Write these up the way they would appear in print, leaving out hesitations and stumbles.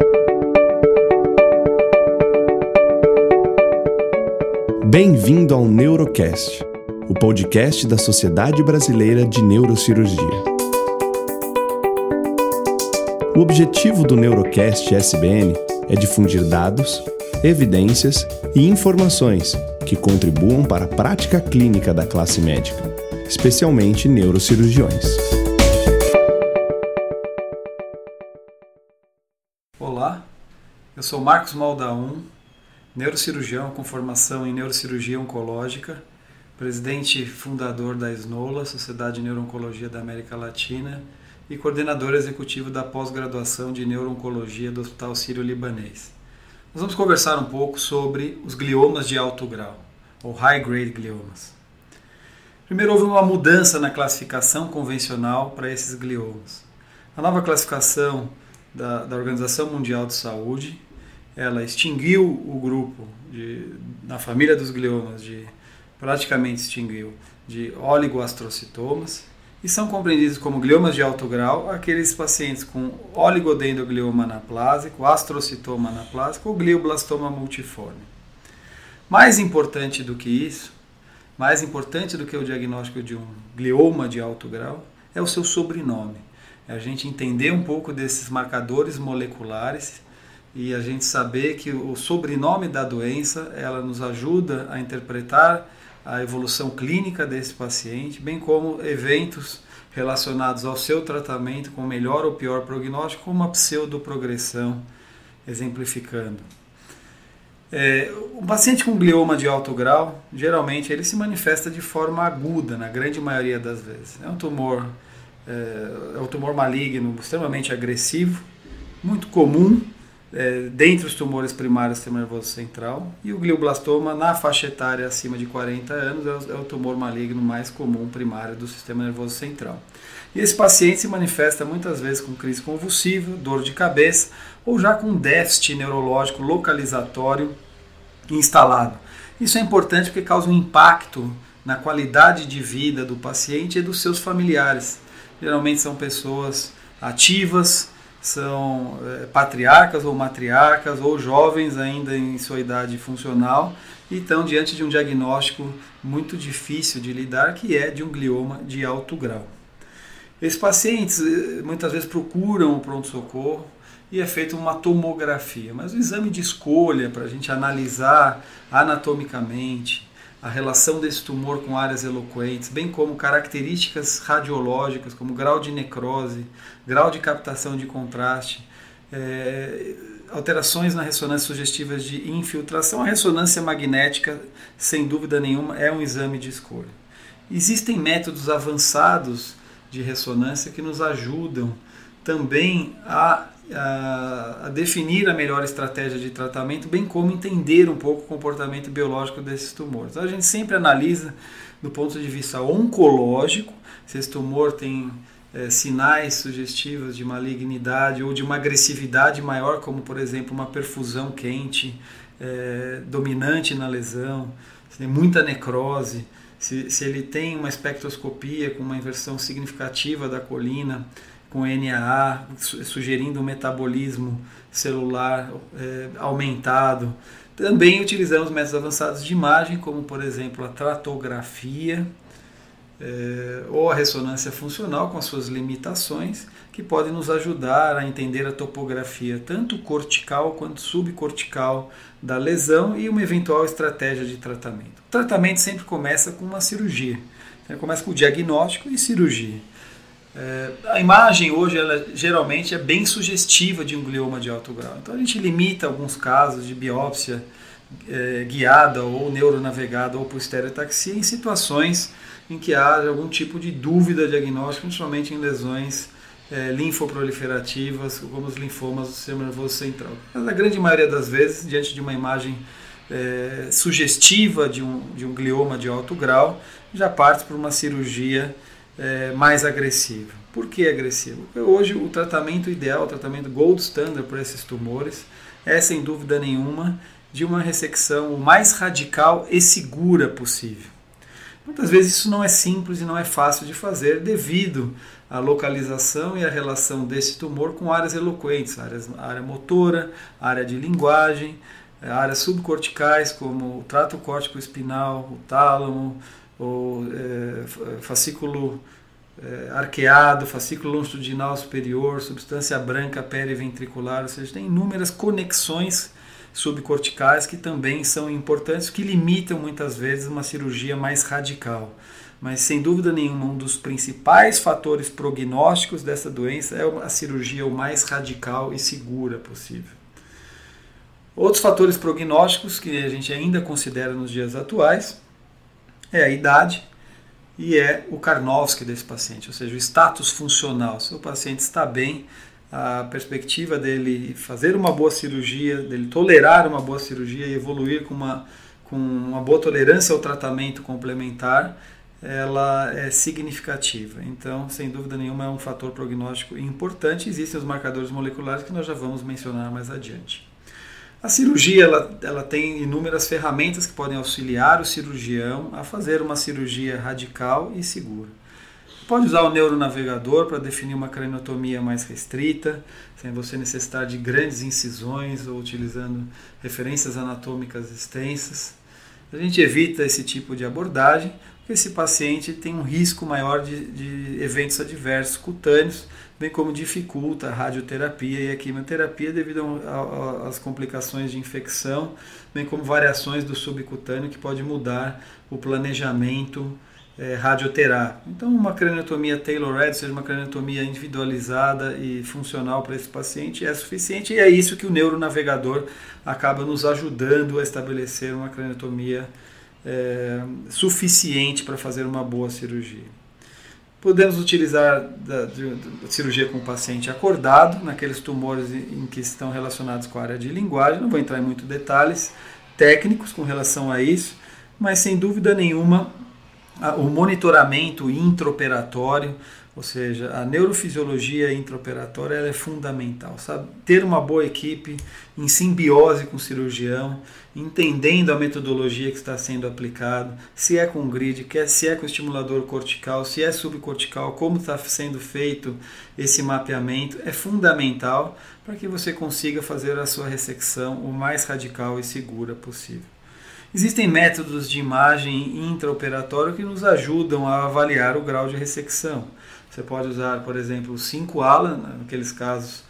Bem-vindo ao Neurocast, o podcast da Sociedade Brasileira de Neurocirurgia. O objetivo do Neurocast SBN é difundir dados, evidências e informações que contribuam para a prática clínica da classe médica, especialmente neurocirurgiões. Olá, eu sou Marcos Maldaun, neurocirurgião com formação em neurocirurgia oncológica, presidente e fundador da SNOLA, Sociedade de Neuro-Oncologia da América Latina, e coordenador executivo da pós-graduação de neuro-oncologia do Hospital Sírio-Libanês. Nós vamos conversar um pouco sobre os gliomas de alto grau, ou high-grade gliomas. Primeiro, houve uma mudança na classificação convencional para esses gliomas. A nova classificação da Organização Mundial de Saúde, ela extinguiu o grupo na família dos gliomas, praticamente extinguiu, de oligoastrocitomas, e são compreendidos como gliomas de alto grau aqueles pacientes com oligodendroglioma anaplásico, astrocitoma anaplásico ou glioblastoma multiforme. Mais importante do que isso, mais importante do que o diagnóstico de um glioma de alto grau, é o seu sobrenome. É a gente entender um pouco desses marcadores moleculares e a gente saber que o sobrenome da doença, ela nos ajuda a interpretar a evolução clínica desse paciente, bem como eventos relacionados ao seu tratamento com melhor ou pior prognóstico, como a pseudoprogressão, exemplificando. Um paciente com glioma de alto grau, geralmente ele se manifesta de forma aguda, na grande maioria das vezes. É um tumor maligno extremamente agressivo, muito comum, dentre os tumores primários do sistema nervoso central, e o glioblastoma na faixa etária acima de 40 anos é o tumor maligno mais comum primário do sistema nervoso central. E esse paciente se manifesta muitas vezes com crise convulsiva, dor de cabeça ou já com déficit neurológico localizatório instalado. Isso é importante porque causa um impacto na qualidade de vida do paciente e dos seus familiares. Geralmente são pessoas ativas, são patriarcas ou matriarcas ou jovens ainda em sua idade funcional e estão diante de um diagnóstico muito difícil de lidar, que é de um glioma de alto grau. Esses pacientes muitas vezes procuram o pronto-socorro e é feita uma tomografia, mas o exame de escolha para a gente analisar anatomicamente a relação desse tumor com áreas eloquentes, bem como características radiológicas, como grau de necrose, grau de captação de contraste, alterações na ressonância sugestivas de infiltração. A ressonância magnética, sem dúvida nenhuma, é um exame de escolha. Existem métodos avançados de ressonância que nos ajudam também a definir a melhor estratégia de tratamento, bem como entender um pouco o comportamento biológico desses tumores. A gente sempre analisa do ponto de vista oncológico, se esse tumor tem sinais sugestivos de malignidade ou de uma agressividade maior, como por exemplo uma perfusão quente dominante na lesão, se tem muita necrose, se ele tem uma espectroscopia com uma inversão significativa da colina, com NAA, sugerindo um metabolismo celular aumentado. Também utilizamos métodos avançados de imagem, como por exemplo a tratografia ou a ressonância funcional com as suas limitações, que podem nos ajudar a entender a topografia tanto cortical quanto subcortical da lesão e uma eventual estratégia de tratamento. O tratamento sempre começa com uma cirurgia, começa com o diagnóstico e cirurgia. A imagem hoje ela geralmente é bem sugestiva de um glioma de alto grau. Então a gente limita alguns casos de biópsia guiada ou neuronavegada ou por estereotaxia em situações em que haja algum tipo de dúvida diagnóstica, principalmente em lesões linfoproliferativas, como os linfomas do sistema nervoso central. Mas na grande maioria das vezes, diante de uma imagem sugestiva de um glioma de alto grau, já parte por uma cirurgia mais agressiva. Por que agressivo? Porque hoje o tratamento ideal, o tratamento gold standard para esses tumores é, sem dúvida nenhuma, de uma ressecção o mais radical e segura possível. Muitas vezes isso não é simples e não é fácil de fazer devido à localização e à relação desse tumor com áreas eloquentes, área motora, área de linguagem, áreas subcorticais como o trato córtico-espinal, o tálamo, o fascículo arqueado, fascículo longitudinal superior, substância branca periventricular, ou seja, tem inúmeras conexões subcorticais que também são importantes, que limitam muitas vezes uma cirurgia mais radical. Mas sem dúvida nenhuma, um dos principais fatores prognósticos dessa doença é a cirurgia o mais radical e segura possível. Outros fatores prognósticos que a gente ainda considera nos dias atuais é a idade e é o Karnofsky desse paciente, ou seja, o status funcional. Se o paciente está bem, a perspectiva dele fazer uma boa cirurgia, dele tolerar uma boa cirurgia e evoluir com uma boa tolerância ao tratamento complementar, ela é significativa. Então, sem dúvida nenhuma, é um fator prognóstico importante. Existem os marcadores moleculares que nós já vamos mencionar mais adiante. A cirurgia ela tem inúmeras ferramentas que podem auxiliar o cirurgião a fazer uma cirurgia radical e segura. Pode usar o neuronavegador para definir uma craniotomia mais restrita, sem você necessitar de grandes incisões ou utilizando referências anatômicas extensas. A gente evita esse tipo de abordagem, porque esse paciente tem um risco maior de eventos adversos cutâneos, bem como dificulta a radioterapia e a quimioterapia devido às complicações de infecção, bem como variações do subcutâneo que pode mudar o planejamento radioterápico. Então, uma craniotomia tailor-made, ou seja, uma craniotomia individualizada e funcional para esse paciente é suficiente, e é isso que o neuronavegador acaba nos ajudando a estabelecer uma craniotomia suficiente para fazer uma boa cirurgia. Podemos utilizar a cirurgia com o paciente acordado, naqueles tumores em que estão relacionados com a área de linguagem. Não vou entrar em muitos detalhes técnicos com relação a isso, mas sem dúvida nenhuma o monitoramento intraoperatório, ou seja, a neurofisiologia intraoperatória, ela é fundamental, sabe? Ter uma boa equipe em simbiose com o cirurgião, entendendo a metodologia que está sendo aplicada, se é com grid, se é com estimulador cortical, se é subcortical, como está sendo feito esse mapeamento, é fundamental para que você consiga fazer a sua ressecção o mais radical e segura possível. Existem métodos de imagem intraoperatório que nos ajudam a avaliar o grau de ressecção. Você pode usar, por exemplo, o 5-ALA, naqueles casos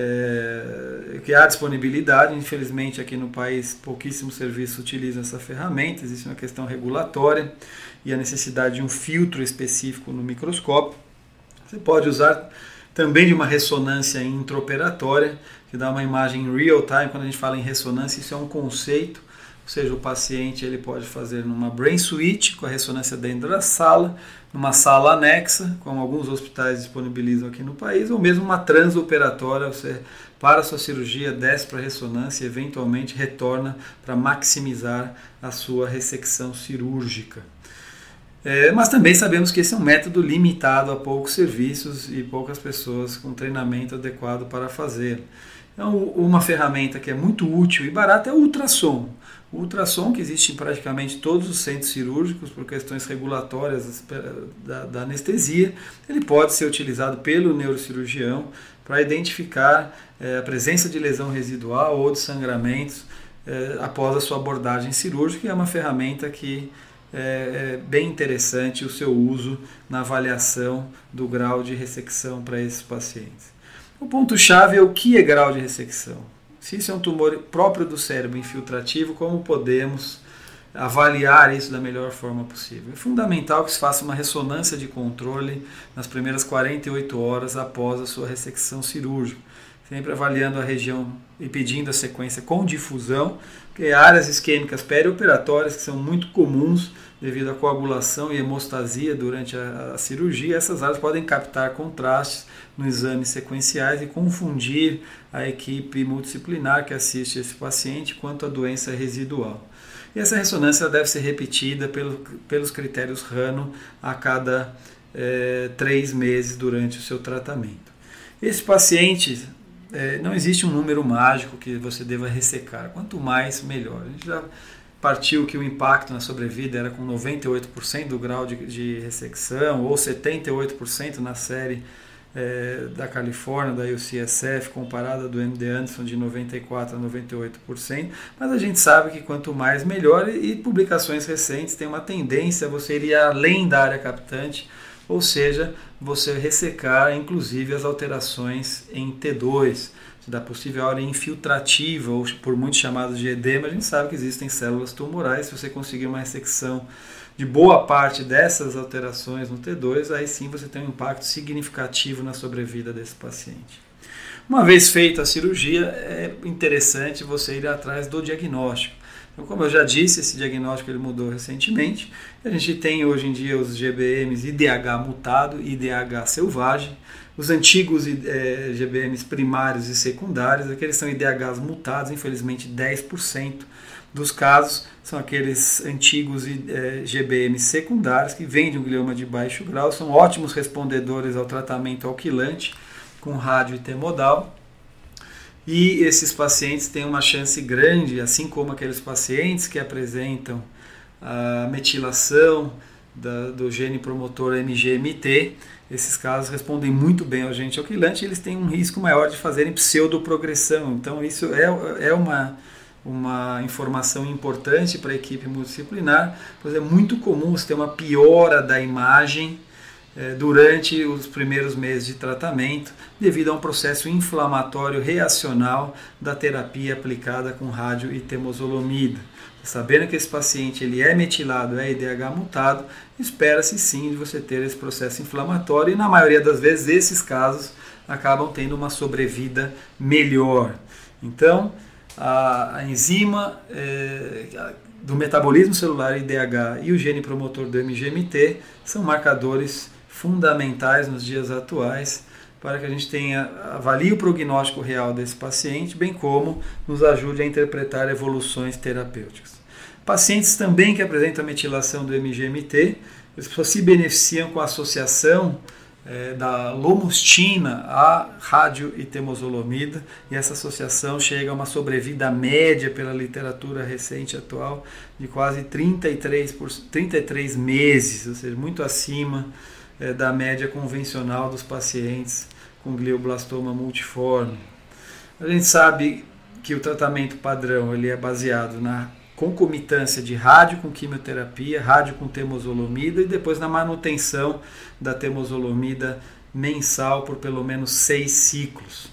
que há disponibilidade. Infelizmente, aqui no país, pouquíssimos serviços utilizam essa ferramenta. Existe uma questão regulatória e a necessidade de um filtro específico no microscópio. Você pode usar também de uma ressonância intraoperatória, que dá uma imagem em real time. Quando a gente fala em ressonância, isso é um conceito. Ou seja, o paciente ele pode fazer numa brain suite, com a ressonância dentro da sala, numa sala anexa, como alguns hospitais disponibilizam aqui no país, ou mesmo uma transoperatória, você para a sua cirurgia, desce para a ressonância e eventualmente retorna para maximizar a sua ressecção cirúrgica. Mas também sabemos que esse é um método limitado a poucos serviços e poucas pessoas com treinamento adequado para fazer. Então, uma ferramenta que é muito útil e barata é o ultrassom. O ultrassom, que existe em praticamente todos os centros cirúrgicos por questões regulatórias da anestesia, ele pode ser utilizado pelo neurocirurgião para identificar a presença de lesão residual ou de sangramentos após a sua abordagem cirúrgica, e é uma ferramenta que é bem interessante o seu uso na avaliação do grau de ressecção para esses pacientes. O ponto-chave é o que é grau de ressecção. Se isso é um tumor próprio do cérebro infiltrativo, como podemos avaliar isso da melhor forma possível? É fundamental que se faça uma ressonância de controle nas primeiras 48 horas após a sua ressecção cirúrgica, sempre avaliando a região e pedindo a sequência com difusão, porque áreas isquêmicas perioperatórias, que são muito comuns devido à coagulação e hemostasia durante a cirurgia, essas áreas podem captar contrastes nos exames sequenciais e confundir a equipe multidisciplinar que assiste esse paciente quanto à doença residual. E essa ressonância deve ser repetida pelos critérios RANO a cada 3 meses durante o seu tratamento. Esse paciente, não existe um número mágico que você deva ressecar, quanto mais melhor. A gente já partiu que o impacto na sobrevida era com 98% do grau de ressecção, ou 78% na série da Califórnia, da UCSF, comparada do MD Anderson de 94% a 98%, mas a gente sabe que quanto mais melhor, e publicações recentes têm uma tendência a você ir além da área captante, ou seja, você ressecar inclusive as alterações em T2, da possível área infiltrativa, ou por muitos chamados de edema. A gente sabe que existem células tumorais. Se você conseguir uma ressecção de boa parte dessas alterações no T2, aí sim você tem um impacto significativo na sobrevida desse paciente. Uma vez feita a cirurgia, é interessante você ir atrás do diagnóstico. Então, como eu já disse, esse diagnóstico ele mudou recentemente. A gente tem hoje em dia os GBMs IDH mutado e IDH selvagem. Os antigos GBMs primários e secundários, aqueles são IDHs mutados, infelizmente 10% dos casos são aqueles antigos GBMs secundários que vêm de um glioma de baixo grau, são ótimos respondedores ao tratamento alquilante com rádio e T-modal. E esses pacientes têm uma chance grande, assim como aqueles pacientes que apresentam a metilação do gene promotor MGMT. Esses casos respondem muito bem ao agente alquilante e eles têm um risco maior de fazerem pseudoprogressão. Então isso é uma informação importante para a equipe multidisciplinar, pois é muito comum você ter uma piora da imagem durante os primeiros meses de tratamento, devido a um processo inflamatório reacional da terapia aplicada com rádio e temozolomida. Sabendo que esse paciente ele é metilado, é IDH mutado, espera-se sim de você ter esse processo inflamatório e na maioria das vezes esses casos acabam tendo uma sobrevida melhor. Então, a enzima do metabolismo celular IDH e o gene promotor do MGMT são marcadores fundamentais nos dias atuais para que a gente avalie o prognóstico real desse paciente, bem como nos ajude a interpretar evoluções terapêuticas. Pacientes também que apresentam metilação do MGMT, eles se beneficiam com a associação da lomostina à rádio e temozolomida, e essa associação chega a uma sobrevida média pela literatura recente atual de quase 33 meses, ou seja, muito acima da média convencional dos pacientes com glioblastoma multiforme. A gente sabe que o tratamento padrão ele é baseado na concomitância de rádio com quimioterapia, rádio com temozolomida e depois na manutenção da temozolomida mensal por pelo menos 6 ciclos.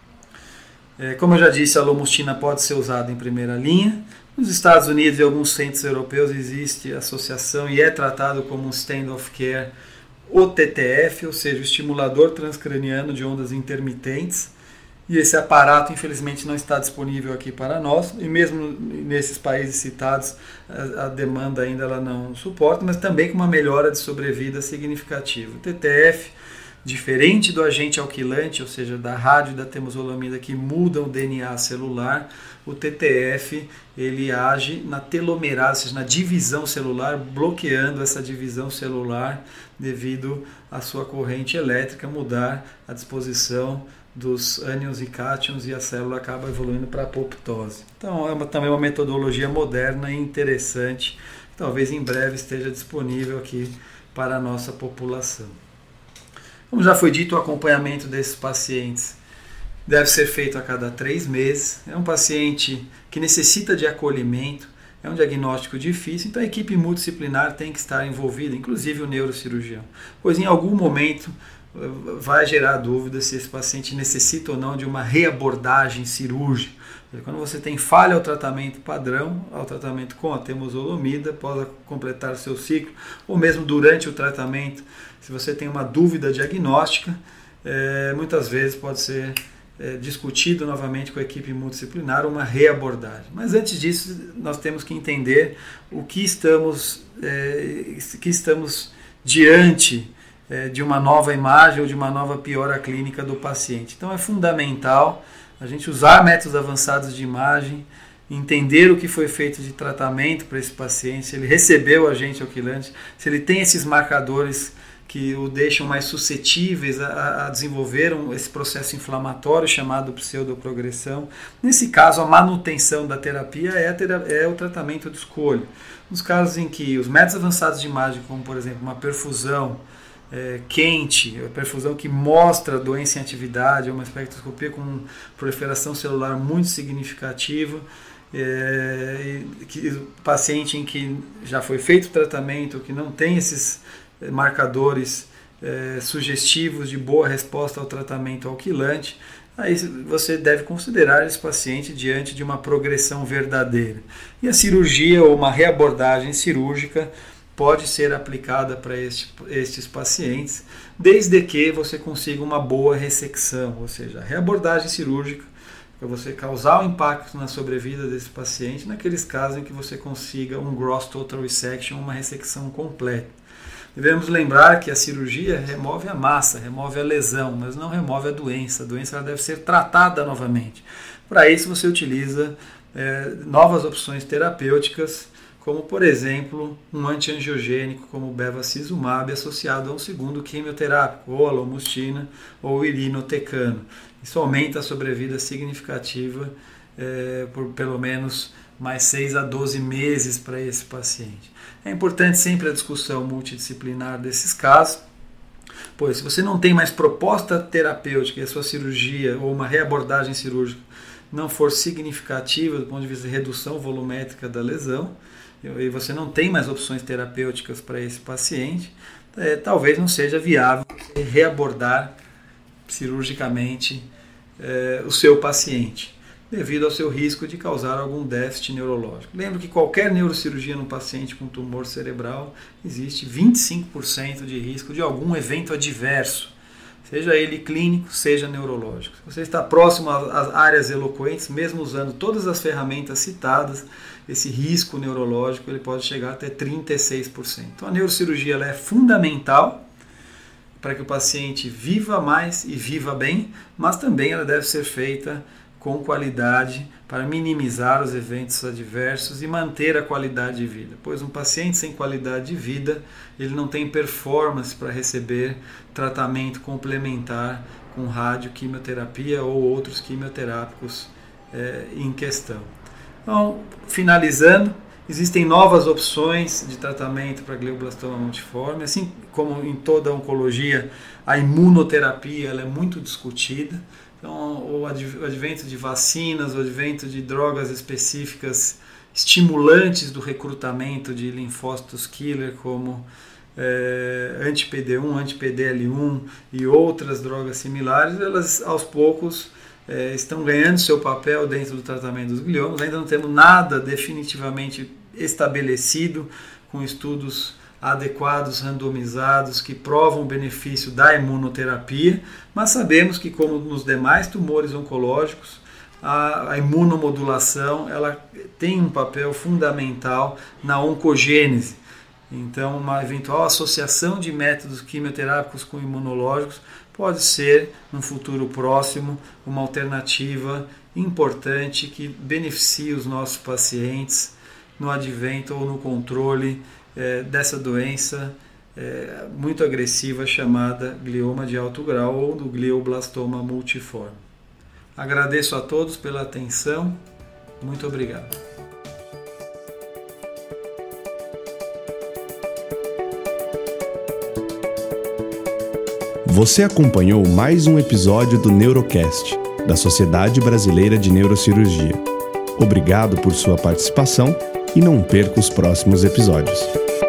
Como eu já disse, a lomostina pode ser usada em primeira linha. Nos Estados Unidos e alguns centros europeus existe associação e é tratado como um standard of care o TTF, ou seja, o estimulador transcraniano de ondas intermitentes. E esse aparato, infelizmente, não está disponível aqui para nós, e mesmo nesses países citados, a demanda ainda ela não suporta, mas também com uma melhora de sobrevida significativa. O TTF, diferente do agente alquilante, ou seja, da rádio e da temozolomida que mudam o DNA celular, o TTF ele age na telomerase, ou seja, na divisão celular, bloqueando essa divisão celular devido à sua corrente elétrica mudar a disposição dos ânions e cátions e a célula acaba evoluindo para a apoptose. Então é também uma metodologia moderna e interessante, que talvez em breve esteja disponível aqui para a nossa população. Como já foi dito, o acompanhamento desses pacientes deve ser feito a cada 3 meses. É um paciente que necessita de acolhimento, é um diagnóstico difícil, então a equipe multidisciplinar tem que estar envolvida, inclusive o neurocirurgião, pois em algum momento vai gerar dúvida se esse paciente necessita ou não de uma reabordagem cirúrgica. Quando você tem falha ao tratamento padrão, ao tratamento com a temozolomida, após completar seu ciclo, ou mesmo durante o tratamento, se você tem uma dúvida diagnóstica, muitas vezes pode ser discutido novamente com a equipe multidisciplinar uma reabordagem. Mas antes disso, nós temos que entender o que estamos diante de uma nova imagem ou de uma nova piora clínica do paciente. Então é fundamental a gente usar métodos avançados de imagem, entender o que foi feito de tratamento para esse paciente, se ele recebeu o agente alquilante, se ele tem esses marcadores que o deixam mais suscetíveis a desenvolver esse processo inflamatório chamado pseudoprogressão. Nesse caso, a manutenção da terapia é o tratamento de escolha. Nos casos em que os métodos avançados de imagem, como por exemplo uma perfusão quente, a perfusão que mostra a doença em atividade, uma espectroscopia com proliferação celular muito significativa, paciente em que já foi feito o tratamento, que não tem esses marcadores sugestivos de boa resposta ao tratamento alquilante, aí você deve considerar esse paciente diante de uma progressão verdadeira. E a cirurgia ou uma reabordagem cirúrgica pode ser aplicada para estes pacientes, desde que você consiga uma boa ressecção, ou seja, a reabordagem cirúrgica, para você causar um impacto na sobrevida desse paciente, naqueles casos em que você consiga um gross total resection, uma ressecção completa. Devemos lembrar que a cirurgia remove a massa, remove a lesão, mas não remove a doença. A doença ela deve ser tratada novamente. Para isso você utiliza novas opções terapêuticas, como por exemplo um antiangiogênico como o bevacizumab associado a um segundo quimioterápico, ou a lomustine ou o irinotecano. Isso aumenta a sobrevida significativa por pelo menos mais 6 a 12 meses para esse paciente. É importante sempre a discussão multidisciplinar desses casos, pois se você não tem mais proposta terapêutica e a sua cirurgia ou uma reabordagem cirúrgica não for significativa do ponto de vista de redução volumétrica da lesão, e você não tem mais opções terapêuticas para esse paciente, talvez não seja viável reabordar cirurgicamente o seu paciente, devido ao seu risco de causar algum déficit neurológico. Lembro que qualquer neurocirurgia no paciente com tumor cerebral existe 25% de risco de algum evento adverso, seja ele clínico, seja neurológico. Se você está próximo às áreas eloquentes, mesmo usando todas as ferramentas citadas, esse risco neurológico ele pode chegar até 36%. Então a neurocirurgia ela é fundamental para que o paciente viva mais e viva bem, mas também ela deve ser feita com qualidade para minimizar os eventos adversos e manter a qualidade de vida. Pois um paciente sem qualidade de vida, ele não tem performance para receber tratamento complementar com radioquimioterapia ou outros quimioterápicos em questão. Então, finalizando, existem novas opções de tratamento para glioblastoma multiforme, assim como em toda a oncologia, a imunoterapia ela é muito discutida. Então, o advento de vacinas, o advento de drogas específicas estimulantes do recrutamento de linfócitos killer, como anti-PD1, anti-PDL1 e outras drogas similares, elas aos poucos estão ganhando seu papel dentro do tratamento dos gliomas. Ainda não temos nada definitivamente estabelecido com estudos adequados, randomizados, que provam o benefício da imunoterapia, mas sabemos que, como nos demais tumores oncológicos, a imunomodulação ela tem um papel fundamental na oncogênese. Então, uma eventual associação de métodos quimioterápicos com imunológicos pode ser, no futuro próximo, uma alternativa importante que beneficie os nossos pacientes no advento ou no controle dessa doença muito agressiva chamada glioma de alto grau ou do glioblastoma multiforme. Agradeço a todos pela atenção. Muito obrigado. Você acompanhou mais um episódio do Neurocast, da Sociedade Brasileira de Neurocirurgia. Obrigado por sua participação e não perca os próximos episódios.